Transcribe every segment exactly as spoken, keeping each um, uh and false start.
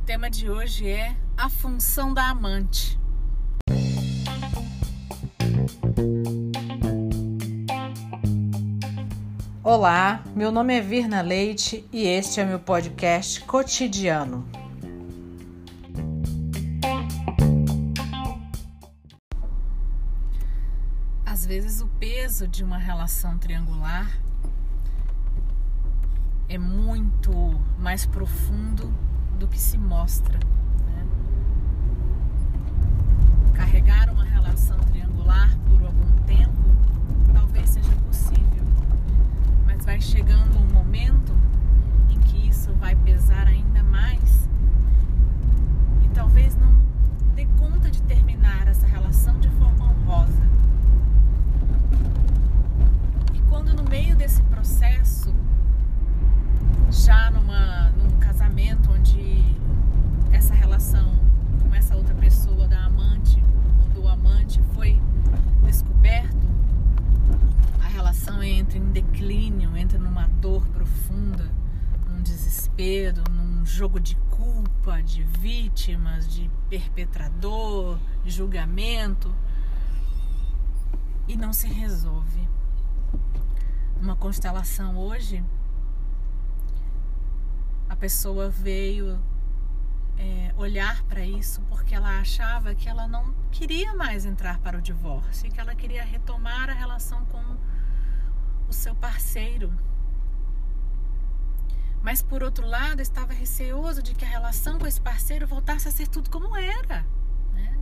tema de hoje é a função da amante. Olá, meu nome é Virna Leite e este é meu podcast cotidiano. Às vezes o peso de uma relação triangular é muito mais profundo do que se mostra, né? Carregar uma relação triangular por algum tempo talvez seja possível, mas vai chegando um momento em que isso vai pesar ainda mais e talvez não dê conta de terminar essa relação de forma honrosa. E quando no meio desse processo, já numa, num casamento onde essa relação com essa outra pessoa da amante ou do amante foi descoberto, a relação entra em declínio, entra numa dor profunda, num desespero, num jogo de culpa, de vítimas, de perpetrador, de julgamento, e não se resolve. Uma constelação hoje, a pessoa veio é, olhar para isso porque ela achava que ela não queria mais entrar para o divórcio e que ela queria retomar a relação com o seu parceiro. Mas, por outro lado, estava receoso de que a relação com esse parceiro voltasse a ser tudo como era, né?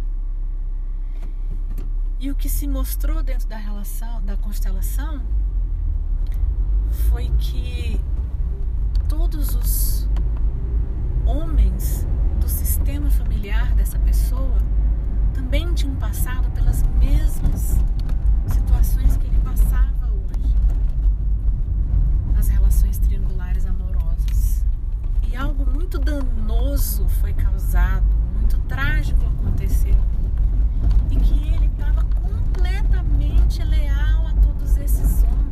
E o que se mostrou dentro da relação, da constelação, foi que todos os homens do sistema familiar dessa pessoa também tinham passado pelas mesmas situações que ele passava hoje nas relações triangulares amorosas. E algo muito danoso foi causado, muito trágico aconteceu, e que ele estava completamente leal a todos esses homens.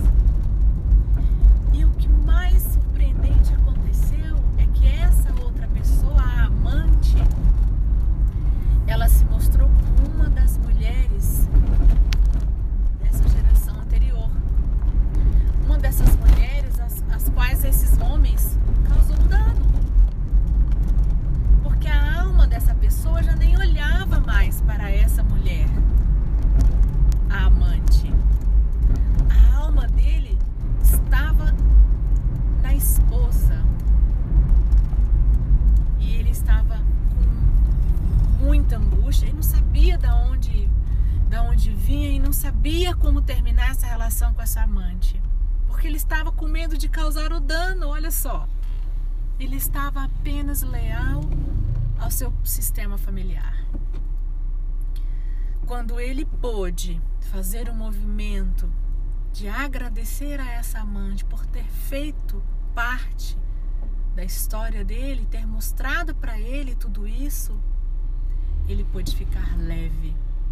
E o que mais surpreendente aconteceu é que essa outra pessoa, a amante, ela se mostrou como uma das mulheres dessa geração anterior. Uma dessas mulheres às, às quais esses homens causou dano. Porque a alma dessa pessoa já nem olhava mais para essa mulher, a amante. A alma dele estava na esposa. E ele estava com muita angústia e não sabia de onde, de onde vinha e não sabia como terminar essa relação com essa amante. Porque ele estava com medo de causar o dano, olha só. Ele estava apenas leal ao seu sistema familiar. Quando ele pôde fazer um movimento de agradecer a essa amante por ter feito parte da história dele, ter mostrado para ele tudo isso, ele pôde ficar leve.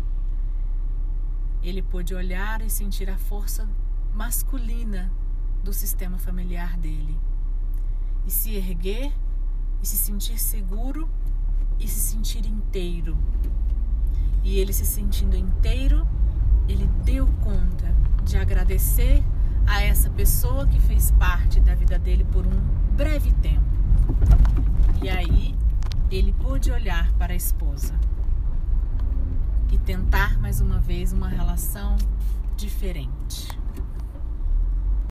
Ele pôde olhar e sentir a força masculina do sistema familiar dele e se erguer e se sentir seguro e se sentir inteiro. E ele se sentindo inteiro, ele deu conta de agradecer a essa pessoa que fez parte da vida dele por um breve tempo. E aí ele pôde olhar para a esposa e tentar mais uma vez uma relação diferente.